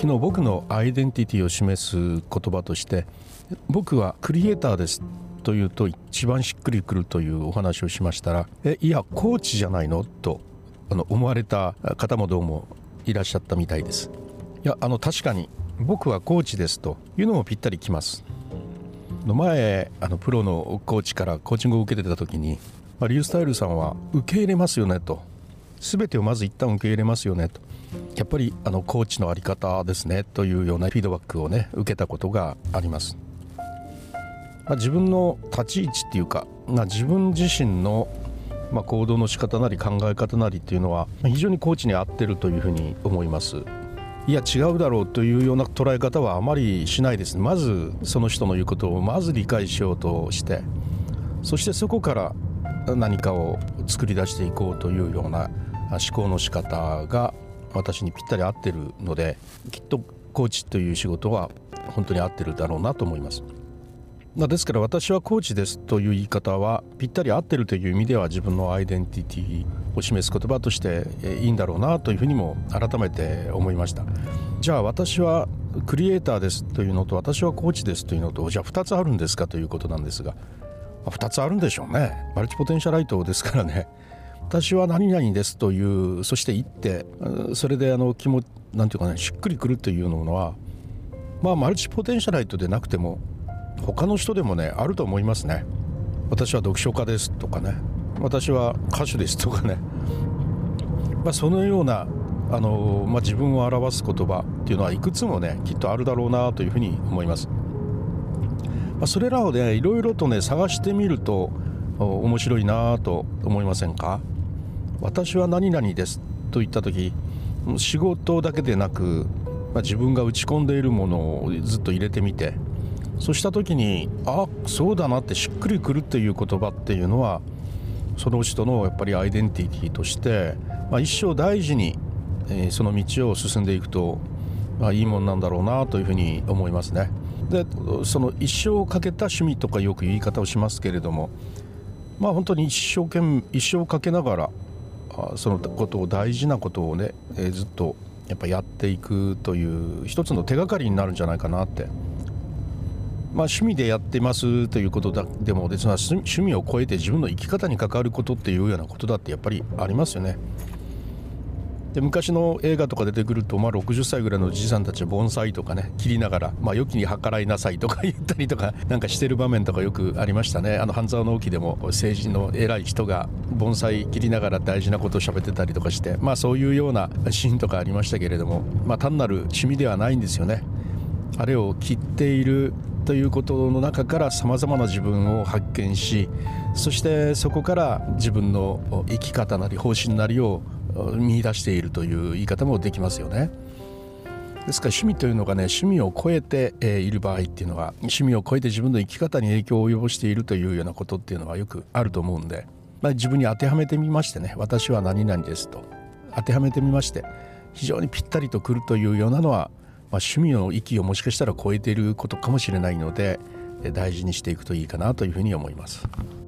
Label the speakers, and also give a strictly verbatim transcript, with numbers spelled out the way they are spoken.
Speaker 1: 昨日僕のアイデンティティを示す言葉として、僕はクリエイターですというと一番しっくりくるというお話をしましたら、えいやコーチじゃないのとあの思われた方もどうもいらっしゃったみたいです。いやあの確かに僕はコーチですというのもぴったりきます。前あのプロのコーチからコーチングを受けてた時に、まあ、リュースタイルさんは受け入れますよねと、全てをまず一旦受け入れますよねと、やっぱりあのコーチのあり方ですねというようなフィードバックをね受けたことがあります。まあ、自分の立ち位置っていうか、まあ、自分自身のまあ行動の仕方なり考え方なりっていうのは非常にコーチに合ってるというふうに思います。いや違うだろうというような捉え方はあまりしないですね。まずその人の言うことをまず理解しようとして、そしてそこから何かを作り出していこうというような思考の仕方が私にぴったり合ってるので、きっとコーチという仕事は本当に合ってるだろうなと思います。ですから私はコーチですという言い方はぴったり合ってるという意味では自分のアイデンティティを示す言葉としていいんだろうなというふうにも改めて思いました。じゃあ私はクリエイターですというのと私はコーチですというのと、じゃあふたつあるんですかということなんですが、ふたつあるんでしょうね。マルチポテンシャライトですからね。私は何々ですという、そして言ってそれであの気もなんていうかね、しっくりくるというのは、まあマルチポテンシャライトでなくても他の人でもねあると思いますね。私は読書家ですとかね、私は歌手ですとかね、まあ、そのようなあの、まあ、自分を表す言葉っていうのはいくつもねきっとあるだろうなというふうに思います。まあ、それらをねいろいろとね探してみると面白いなと思いませんか。私は何々ですと言った時、仕事だけでなく、まあ、自分が打ち込んでいるものをずっと入れてみて、そうした時にあそうだなってしっくりくるっていう言葉っていうのは、その人のやっぱりアイデンティティとして、まあ、一生大事に、えー、その道を進んでいくと、まあ、いいもんなんだろうなというふうに思いますね。でその一生をかけた趣味とかよく言い方をしますけれども、まあ本当に一生懸命一生をかけながらそのことを大事なことをね、えー、ずっとやっぱやっていくという一つの手がかりになるんじゃないかなって。まあ、趣味でやってますということだでもですが、趣味を超えて自分の生き方に関わることっていうようなことだってやっぱりありますよね。で昔の映画とか出てくると、まあ、ろくじゅっさいぐらいのじいさんたちは盆栽とかね切りながら、まあ、良きに計らいなさいとか言ったりとかなんかしてる場面とかよくありましたね。あの半沢直樹でも政治の偉い人が盆栽切りながら大事なことを喋ってたりとかして、まあそういうようなシーンとかありましたけれども、まあ単なる趣味ではないんですよね。あれを切っているということの中からさまざまな自分を発見し、そしてそこから自分の生き方なり方針なりを見出しているという言い方もできますよね。ですから趣味というのがね、趣味を超えている場合っていうのは、趣味を超えて自分の生き方に影響を及ぼしているというようなことっていうのはよくあると思うんで、まあ、自分に当てはめてみましてね、私は何々ですと当てはめてみまして、非常にぴったりとくるというようなのは、まあ、趣味の域をもしかしたら超えていることかもしれないので、大事にしていくといいかなというふうに思います。